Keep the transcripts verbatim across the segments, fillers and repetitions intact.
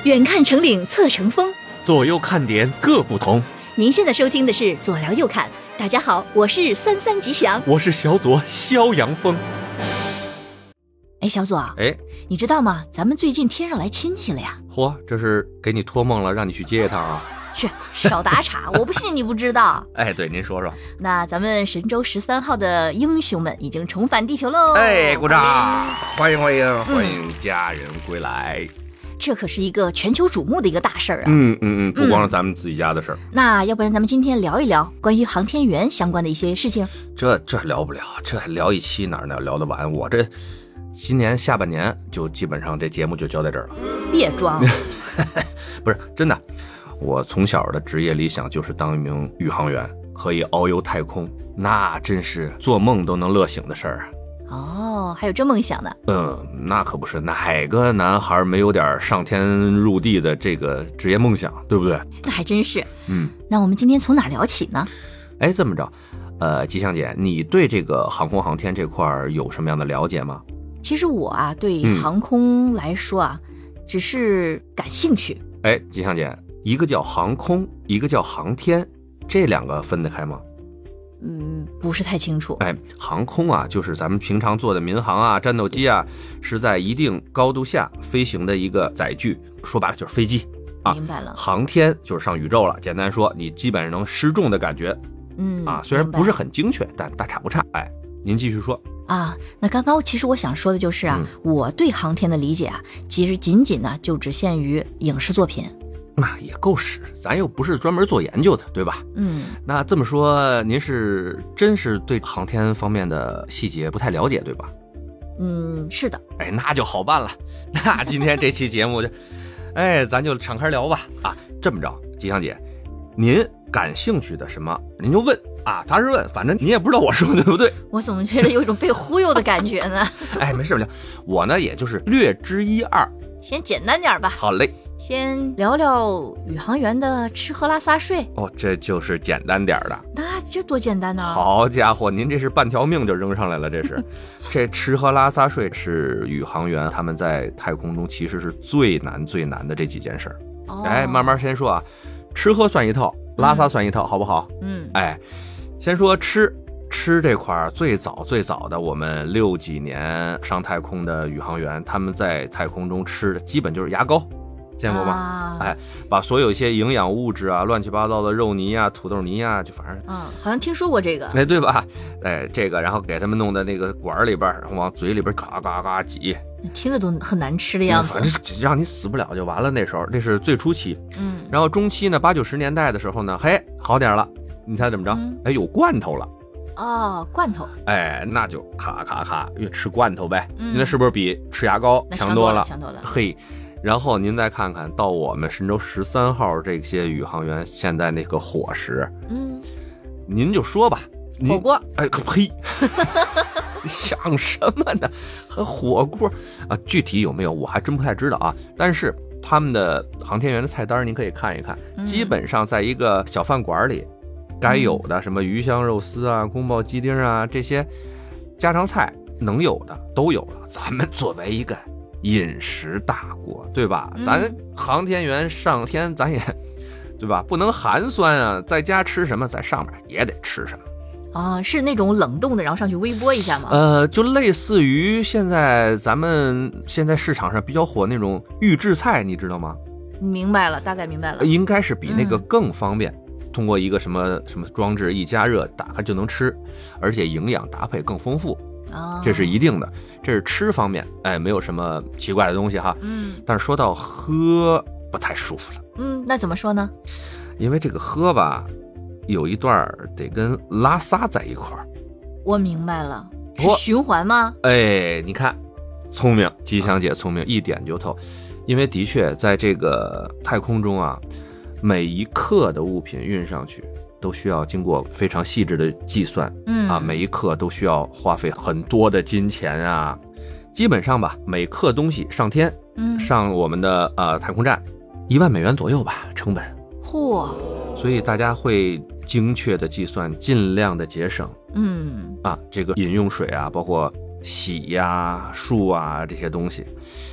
远看成岭侧成峰， 左右看点各不同。 您现在收听的是左聊右看。大家好，我是三三吉祥， 我是小左肖阳峰。 哎，小左， 哎， 你知道吗？咱们最近天上来亲戚了呀！ 嚯，这是给你托梦了，让你去接一趟啊？ 去，少打岔，我不信你不知道。 哎，对，您说说。 那咱们神舟十三号的英雄们已经重返地球喽！ 哎，鼓掌！欢迎欢迎欢迎家人归来。 这可是一个全球瞩目的一个大事儿啊！ 嗯嗯嗯，不光是咱们自己家的事儿、嗯。 那要不然咱们今天聊一聊关于航天员相关的一些事情。 这这聊不了，这聊一期哪能聊得完？我这今年下半年就基本上这节目就交在这儿了。 别装， 不是真的。我从小的职业理想就是当一名宇航员，可以遨游太空，那真是做梦都能乐醒的事儿啊。 哦，还有这梦想呢？ 嗯，那可不是，哪个男孩没有点上天入地的这个职业梦想，对不对？ 那还真是。 嗯， 那我们今天从哪聊起呢？ 哎，这么着，呃，吉祥姐，你对这个航空航天这块有什么样的了解吗？ 其实我啊，对航空来说啊，嗯、只是感兴趣。 哎，吉祥姐，一个叫航空，一个叫航天，这两个分得开吗？ 嗯，不是太清楚。 哎，航空啊，就是咱们平常坐的民航啊、战斗机啊，是在一定高度下飞行的一个载具，说白了就是飞机啊。 明白了。 航天就是上宇宙了，简单说，你基本上能失重的感觉。 嗯啊，虽然不是很精确，但大差不差。哎，您继续说。 啊，那刚刚其实我想说的就是啊，嗯、我对航天的理解啊，其实仅仅呢就只限于影视作品。 那也够使，咱又不是专门做研究的，对吧？ 嗯， 那这么说，您是真是对航天方面的细节不太了解，对吧？ 嗯，是的。 哎，那就好办了。那今天这期节目就，哎，咱就敞开聊吧。啊，这么着，吉祥姐，您感兴趣的什么，您就问啊，他是问，反正你也不知道我说的对不对。 我怎么觉得有一种被忽悠的感觉呢？ 哎，没事没事，我呢也就是略知一二。 先简单点吧。 好嘞。 先聊聊宇航员的吃喝拉撒睡。 哦，这就是简单点的。 那这多简单呢？ 好家伙，您这是半条命就扔上来了，这是。这吃喝拉撒睡是宇航员他们在太空中其实是最难最难的这几件事儿。 哦、 哎，慢慢先说啊，吃喝算一套，拉撒算一套，嗯、好不好？ 嗯。 哎，先说吃。吃这块最早最早的，我们六几年上太空的宇航员，他们在太空中吃的基本就是牙膏。见过吗？ 啊、 哎，把所有一些营养物质啊、乱七八糟的肉泥啊、土豆泥啊，就反正， 嗯，好像听说过这个， 哎，对吧？哎，这个，然后给他们弄在那个管里边，然后往嘴里边嘎嘎嘎挤， 听着都很难吃的样子。 反正让你死不了就完了。那时候，这是最初期， 嗯， 然后中期呢，八九十年代的时候呢，嘿，好点了，你猜怎么着？嗯、哎，有罐头了。 哦，罐头， 哎，那就咔咔咔，越吃罐头呗，嗯、那是不是比吃牙膏强多了？ 强多了， 嘿。然后您再看看到我们神舟十三号这些宇航员现在那个伙食， 嗯， 您就说吧， 火锅， 哎呸，想什么呢？和火锅啊，具体有没有我还真不太知道啊。但是他们的航天员的菜单您可以看一看， 嗯、 基本上在一个小饭馆里，该有的什么鱼香肉丝啊、宫保鸡丁啊这些家常菜能有的都有了。咱们作为一个饮食大国，对吧？ 嗯、 咱航天员上天，咱也对吧？不能寒酸啊，在家吃什么，在上面也得吃什么。 啊，是那种冷冻的，然后上去微波一下吗？ 呃，就类似于现在咱们现在市场上比较火那种预制菜，你知道吗？ 明白了，大概明白了。 应该是比那个更方便，嗯、通过一个什么什么装置一加热，打开就能吃，而且营养搭配更丰富。 哦、 这是一定的，这是吃方面，哎，没有什么奇怪的东西哈。 嗯， 但是说到喝，不太舒服了。 嗯，那怎么说呢？ 因为这个喝吧，有一段得跟拉撒在一块儿。 我明白了，是循环吗？ 哎，你看，聪明，吉祥姐聪明，一点就透。因为的确在这个太空中啊，每一克的物品运上去都需要经过非常细致的计算， 嗯啊，每一克都需要花费很多的金钱啊。基本上吧，每克东西上天， 嗯， 上我们的呃太空站，一万美元左右吧，成本。 嚯！ 所以大家会精确的计算，尽量的节省。 嗯， 啊，这个饮用水啊，包括洗呀、漱啊这些东西。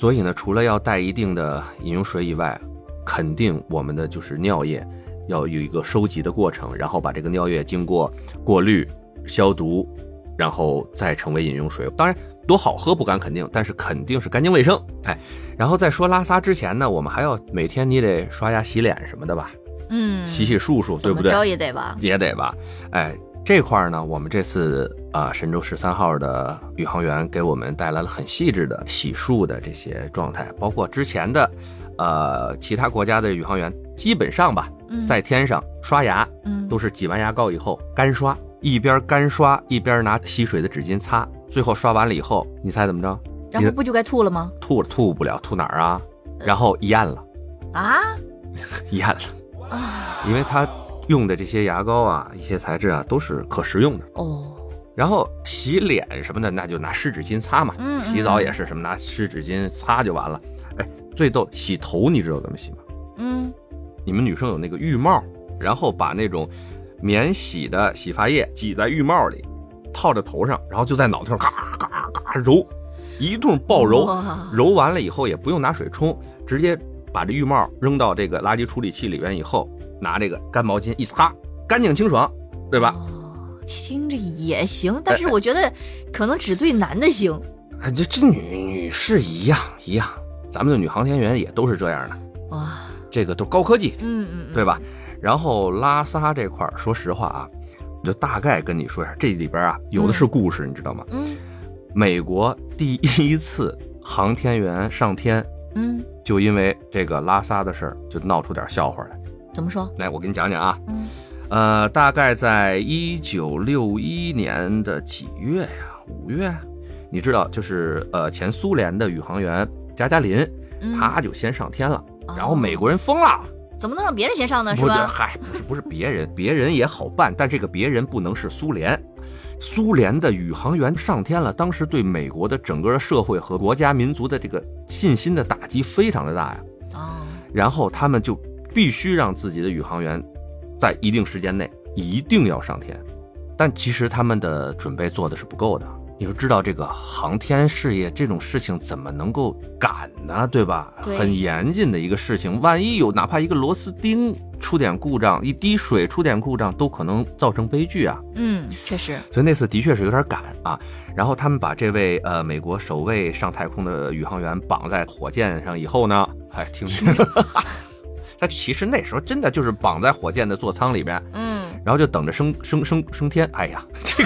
所以呢，除了要带一定的饮用水以外，肯定我们的就是尿液要有一个收集的过程，然后把这个尿液经过过滤、消毒，然后再成为饮用水。当然多好喝不敢肯定，但是肯定是干净卫生。哎，然后在说拉撒之前呢，我们还要每天你得刷牙洗脸什么的吧， 嗯， 洗洗漱漱，对不对？ 怎么着也得吧， 也得吧。哎，这块呢，我们这次啊、呃、神舟十三号的宇航员给我们带来了很细致的洗漱的这些状态，包括之前的呃其他国家的宇航员基本上吧， 嗯、 在天上刷牙，嗯，都是挤完牙膏以后干刷，一边干刷一边拿吸水的纸巾擦，最后刷完了以后，你猜怎么着？ 然后不就该吐了吗？ 吐了，吐不了，吐哪儿啊？然后咽了啊， 咽了啊，因为它用的这些牙膏啊，一些材质啊，都是可食用的哦。 然后洗脸什么的，那就拿湿纸巾擦嘛。嗯，洗澡也是什么，拿湿纸巾擦就完了。哎，最逗，洗头你知道怎么洗吗？嗯，你们女生有那个浴帽，然后把那种免洗的洗发液挤在浴帽里，套着头上，然后就在脑袋上嘎嘎嘎揉，一通暴揉，揉完了以后也不用拿水冲，直接把这浴帽扔到这个垃圾处理器里边以后，拿这个干毛巾一擦，干净清爽，对吧？ 哦，听着也行，但是我觉得可能只对男的行。 哎，这这女女士一样一样，咱们的女航天员也都是这样的。哇，这个都高科技，嗯嗯，对吧？然后拉撒这块，说实话啊，我就大概跟你说一下，这里边啊有的是故事，嗯、你知道吗？嗯，美国第一次航天员上天，嗯，就因为这个拉撒的事儿，就闹出点笑话来。 怎么说？ 来，我给你讲讲啊。嗯。呃，大概在一九六一年的几月呀？五月，你知道，就是呃，前苏联的宇航员加加林，嗯、他就先上天了，哦、然后美国人疯了， 怎么能让别人先上呢？是吧？ 嗨，不是不是别人，别人也好办，但这个别人不能是苏联。苏联的宇航员上天了，当时对美国的整个社会和国家民族的这个信心的打击非常的大呀。哦，然后他们就必须让自己的宇航员在一定时间内一定要上天，但其实他们的准备做的是不够的。你就知道这个航天事业这种事情怎么能够赶呢？对吧？ 对， 很严谨的一个事情，万一有哪怕一个螺丝钉出点故障，一滴水出点故障，都可能造成悲剧啊。 嗯，确实。 所以那次的确是有点赶啊。然后他们把这位呃美国首位上太空的宇航员绑在火箭上以后呢，哎，听听。但其实那时候真的就是绑在火箭的座舱里边，嗯，然后就等着升升升升天。哎呀，这个，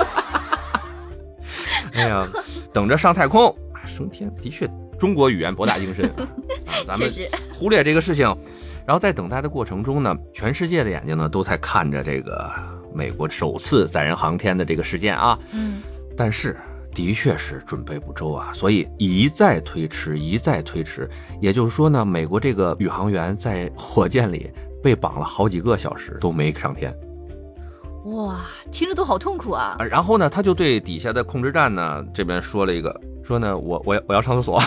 哎呀，等着上太空升天，的确中国语言博大精深啊，咱们忽略这个事情。然后在等待的过程中呢，全世界的眼睛呢都在看着这个美国首次载人航天的这个事件啊，嗯，但是的确是准备不周啊，所以一再推迟，一再推迟。也就是说呢，美国这个宇航员在火箭里被绑了好几个小时都没上天。 哇，听着都好痛苦啊！ 然后呢，他就对底下的控制站呢这边说了一个，说呢，我我我要上厕所。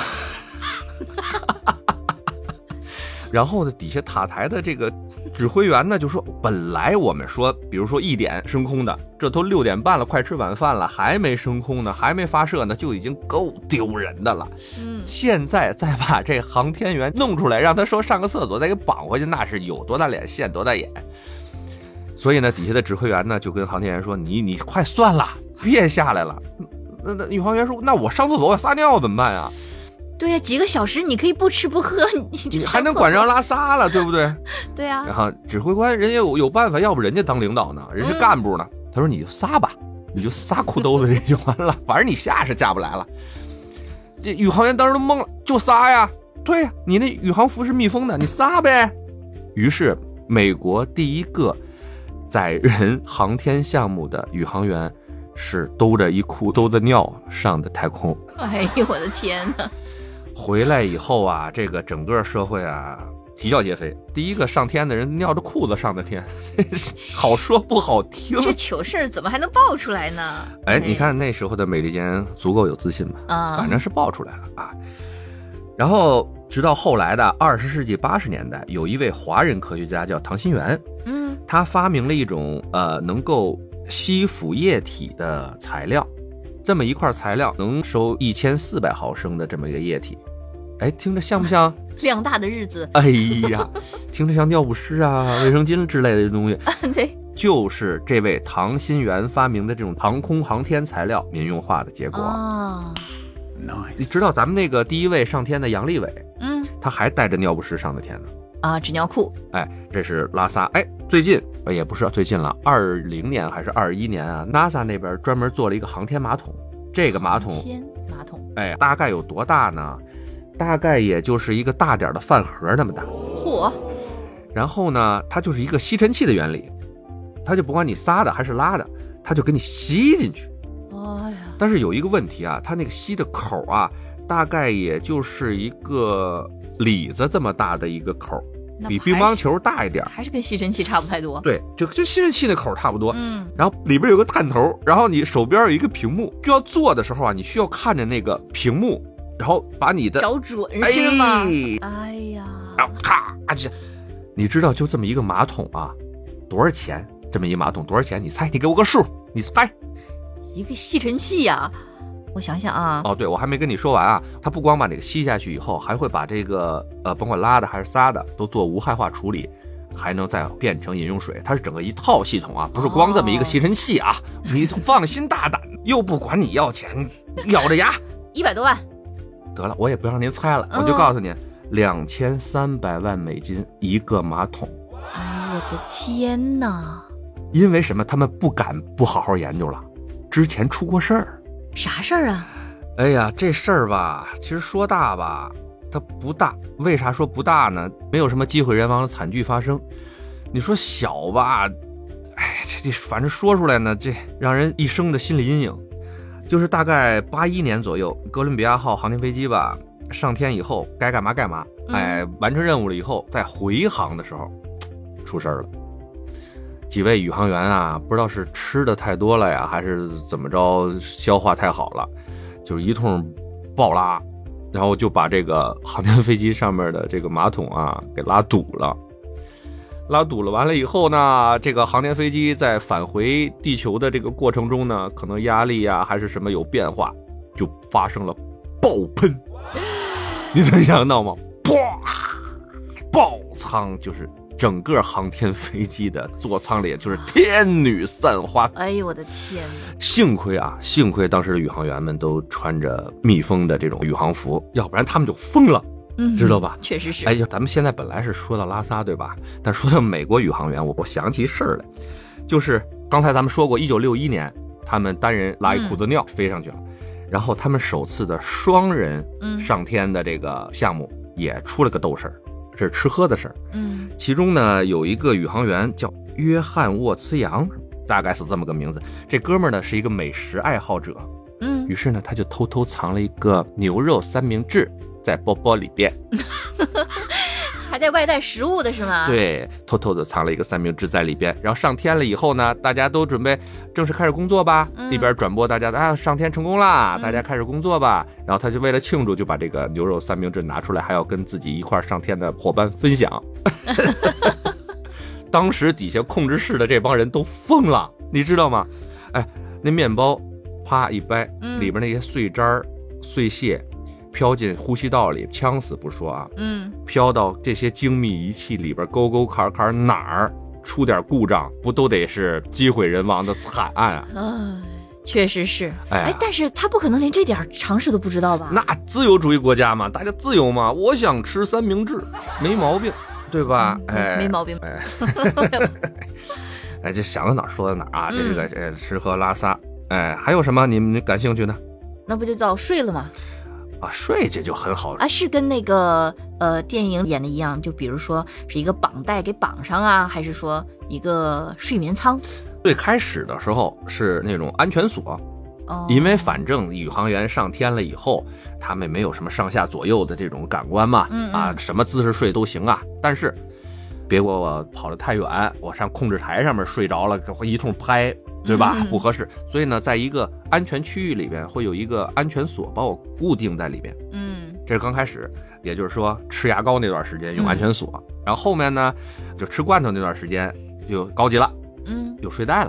然后呢，底下塔台的这个指挥员呢就说，本来我们说，比如说一点升空的，这都六点半了，快吃晚饭了，还没升空呢，还没发射呢，就已经够丢人的了。嗯，现在再把这航天员弄出来，让他说上个厕所，再给绑回去，那是有多大脸现多大眼。所以呢，底下的指挥员呢就跟航天员说，你你快算了，别下来了。那那宇航员说，那我上厕所我撒尿怎么办呀？ 对呀、啊，几个小时你可以不吃不喝，你你还能管上拉撒了，对不对？ 对呀、啊。 然后指挥官人家有有办法，要不人家当领导呢，人家干部呢。嗯、他说你就撒吧，你就撒裤兜子里就完了，反正你下是下不来了。这宇航员当时都懵了，就撒呀，对呀，你那宇航服是密封的，你撒呗。于是美国第一个载人航天项目的宇航员是兜着一裤兜子尿上的太空。 哎呦我的天哪！ 回来以后啊，这个整个社会啊啼笑皆非。第一个上天的人尿着裤子上的天，好说不好听。 这糗事怎么还能爆出来呢？ 哎，你看那时候的美利坚足够有自信吧？啊，反正是爆出来了啊。然后直到后来的二十世纪八十年代，有一位华人科学家叫唐新元，嗯，他发明了一种呃能够吸附液体的材料。这么一块材料能收一千四百毫升的这么一个液体， 哎，听着像不像量大的日子？ 哎呀，听着像尿不湿啊、卫生巾之类的东西。 对， 就是这位唐新元发明的这种航空航天材料民用化的结果。 哦， 你知道咱们那个第一位上天的杨利伟， 嗯， 他还带着尿不湿上的天呢。 啊，纸尿裤。 哎，这是拉萨。哎，最近也不是最近了，二零年还是二一年啊 ，NASA 那边专门做了一个航天马桶。这个马桶， 航天马桶， 哎，大概有多大呢？大概也就是一个大点的饭盒那么大。 嚯！ 然后呢，它就是一个吸尘器的原理，它就不管你撒的还是拉的，它就给你吸进去。 哎呀， 但是有一个问题啊，它那个吸的口啊，大概也就是一个李子这么大的一个口，比乒乓球大一点， 还是跟吸尘器差不太多。 对，就就吸尘器那口差不多。 嗯， 然后里边有个探头，然后你手边有一个屏幕，就要做的时候啊，你需要看着那个屏幕，然后把你的找准是吗？ 哎, 哎呀， 然后咔，这你知道就这么一个马桶啊，多少钱？这么一马桶多少钱？你猜，你给我个数，你猜。 一个吸尘器呀、啊，我想想啊。 哦，对，我还没跟你说完啊。它不光把这个吸下去以后，还会把这个呃，甭管拉的还是撒的，都做无害化处理，还能再变成饮用水。它是整个一套系统啊，不是光这么一个吸尘器啊。哦、你放心大胆，又不管你要钱，咬着牙， 一百多万。 得了，我也不让您猜了，我就告诉你，两千三百万美金一个马桶。 哎，我的天哪！ 因为什么？他们不敢不好好研究了。之前出过事儿。 啥事儿啊？ 哎呀，这事儿吧，其实说大吧，它不大。为啥说不大呢？没有什么机毁人亡的惨剧发生。你说小吧，哎，这反正说出来呢，这让人一生的心理阴影。就是大概八一年左右，哥伦比亚号航天飞机吧上天以后，该干嘛干嘛，哎，完成任务了以后，在回航的时候出事儿了。几位宇航员啊，不知道是吃的太多了呀，还是怎么着，消化太好了，就是一通暴拉，然后就把这个航天飞机上面的这个马桶啊给拉堵了。拉堵了完了以后呢，这个航天飞机在返回地球的这个过程中呢，可能压力啊还是什么有变化，就发生了爆喷。你能想到吗？啪！爆仓，就是整个航天飞机的座舱里就是天女散花。 哎呦我的天哪！ 幸亏啊，幸亏当时的宇航员们都穿着密封的这种宇航服，要不然他们就疯了。 嗯， 知道吧？ 确实是。 哎呀，咱们现在本来是说到拉萨，对吧？但说到美国宇航员，我我想起事儿来，就是刚才咱们说过，一九六一年他们单人拉一裤子尿飞上去了，嗯、然后他们首次的双人上天的这个项目也出了个斗事儿，这是吃喝的事儿。 嗯， 其中呢有一个宇航员叫约翰沃茨扬，大概是这么个名字。这哥们儿呢是一个美食爱好者， 嗯， 于是呢他就偷偷藏了一个牛肉三明治。在包包里边还带外带食物的是吗？ 对，偷偷的藏了一个三明治在里边。然后上天了以后呢，大家都准备正式开始工作吧，嗯、一边转播大家的啊上天成功啦，大家开始工作吧。嗯、然后他就为了庆祝，就把这个牛肉三明治拿出来，还要跟自己一块上天的伙伴分享。当时底下控制室的这帮人都疯了，你知道吗？哎，那面包啪一掰，嗯、里边那些碎渣儿、碎屑。飘进呼吸道里，呛死不说啊， 嗯， 飘到这些精密仪器里边，沟沟坎坎，哪儿出点故障，不都得是机毁人亡的惨案啊？ 嗯，确实是。 哎, 哎，但是他不可能连这点常识都不知道吧？ 那自由主义国家嘛，大家自由嘛，我想吃三明治，没毛病，对吧？ 嗯、 哎， 没毛病。 哎，哎，这想到哪儿说到哪儿啊？这个呃吃喝拉撒，哎，还有什么你们感兴趣的？ 那不就到睡了吗？ 啊，睡这就很好啊，是跟那个呃电影演的一样，就比如说是一个绑带给绑上啊，还是说一个睡眠舱？ 最开始的时候是那种安全锁， 哦， 因为反正宇航员上天了以后，他们没有什么上下左右的这种感官嘛， 嗯嗯啊，什么姿势睡都行啊。但是别给我跑得太远，我上控制台上面睡着了，一通拍。对吧？ 嗯、 不合适，所以呢，在一个安全区域里边会有一个安全锁把我固定在里边。 嗯， 这是刚开始，也就是说吃牙膏那段时间用安全锁，嗯、然后后面呢，就吃罐头那段时间就高级了， 嗯， 有睡袋了。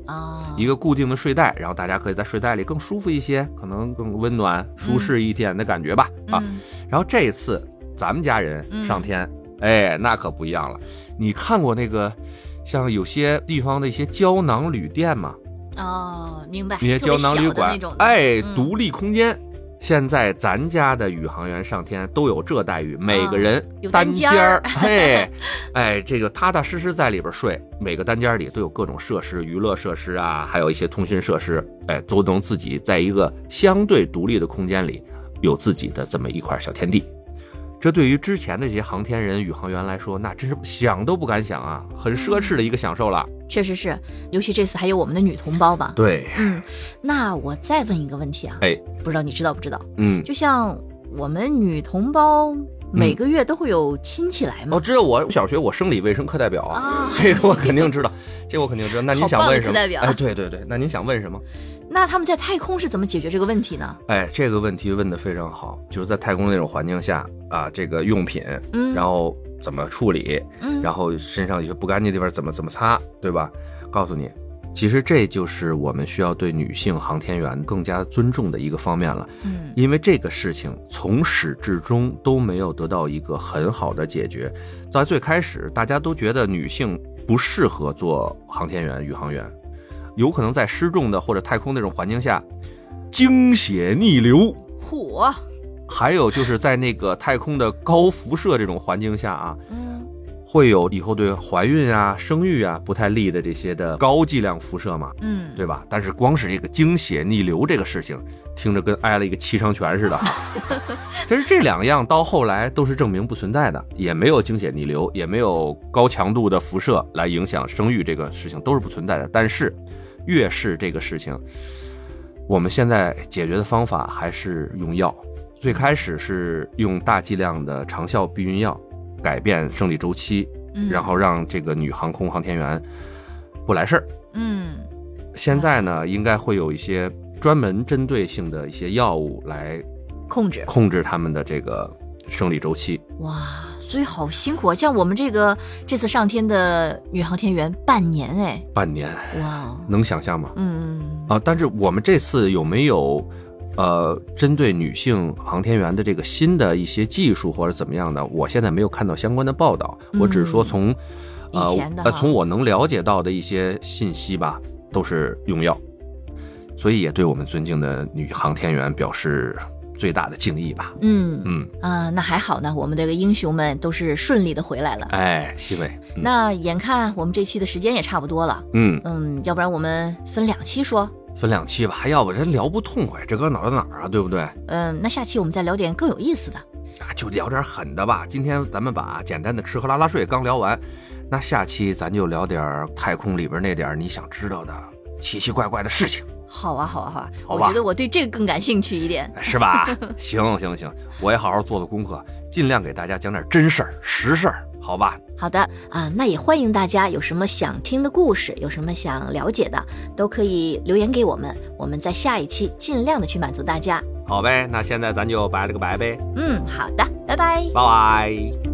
啊， 一个固定的睡袋，然后大家可以在睡袋里更舒服一些，可能更温暖舒适一点的感觉吧、 嗯、 啊。然后这一次咱们家人上天、嗯、哎，那可不一样了。你看过那个像有些地方的一些胶囊旅店吗？ 哦，明白， 那些胶囊旅馆，哎、嗯，独立空间。现在咱家的宇航员上天都有这待遇，每个人单间儿，嘿，哎，这个踏踏实实在里边睡，每个单间里都有各种设施，娱乐设施啊，还有一些通讯设施，哎，都能自己在一个相对独立的空间里有自己的这么一块小天地。这对于之前的这些航天人、宇航员来说，那真是想都不敢想啊，很奢侈的一个享受了。 确实是，尤其这次还有我们的女同胞吧？ 对， 嗯，那我再问一个问题啊， 哎， 不知道你知道不知道？ 嗯， 就像我们女同胞每个月都会有亲戚来吗？ 我、嗯哦、知道，我小学我生理卫生课代表啊，啊这个我肯定知道，这个我肯定知道。那您想问什么？ 代表哎，对对对，那您想问什么？ 那他们在太空是怎么解决这个问题呢？ 哎，这个问题问得非常好，就是在太空那种环境下啊，这个用品， 嗯， 然后怎么处理， 嗯， 然后身上有些不干净的地方怎么怎么擦，对吧？告诉你，其实这就是我们需要对女性航天员更加尊重的一个方面了。 嗯， 因为这个事情从始至终都没有得到一个很好的解决。在最开始，大家都觉得女性不适合做航天员、宇航员。有可能在失重的或者太空那种环境下经血逆流， 嚯！ 还有就是在那个太空的高辐射这种环境下啊， 嗯， 会有以后对怀孕啊、生育啊不太利的这些的高剂量辐射嘛， 嗯， 对吧？但是光是这个经血逆流这个事情，听着跟挨了一个七伤拳似的。其实这两样到后来都是证明不存在的，也没有经血逆流，也没有高强度的辐射来影响生育，这个事情都是不存在的。但是越是这个事情，我们现在解决的方法还是用药。最开始是用大剂量的长效避孕药改变生理周期， 嗯， 然后让这个女航空航天员不来事儿。 嗯， 现在呢，应该会有一些专门针对性的一些药物来控制控制他们的这个生理周期。 哇，所以好辛苦啊！像我们这个这次上天的女航天员半年哎， 半年， 哇， 能想象吗？ 嗯啊，但是我们这次有没有呃针对女性航天员的这个新的一些技术或者怎么样的？我现在没有看到相关的报道， 嗯、 我只是说从呃以前的呃从我能了解到的一些信息吧，都是用药，所以也对我们尊敬的女航天员表示最大的敬意吧。 嗯嗯啊、呃，那还好呢，我们这个英雄们都是顺利的回来了。 哎，希伟、 嗯，那眼看我们这期的时间也差不多了。 嗯嗯，要不然我们分两期说。 分两期吧，要不然聊不痛快，这搁哪儿到哪儿啊，对不对？ 嗯，那下期我们再聊点更有意思的。 啊，就聊点狠的吧。今天咱们把简单的吃喝拉拉睡刚聊完，那下期咱就聊点太空里边那点你想知道的奇奇怪怪的事情。 好啊，好啊，好啊， 好吧， 我觉得我对这个更感兴趣一点， 是吧？行行行，我也好好做做功课，尽量给大家讲点真事儿、实事儿，好吧？ 好的啊，那也欢迎大家有什么想听的故事，有什么想了解的，都可以留言给我们，我们在下一期尽量的去满足大家。 好呗，那现在咱就拜了个拜呗。 嗯，好的，拜拜， 拜拜。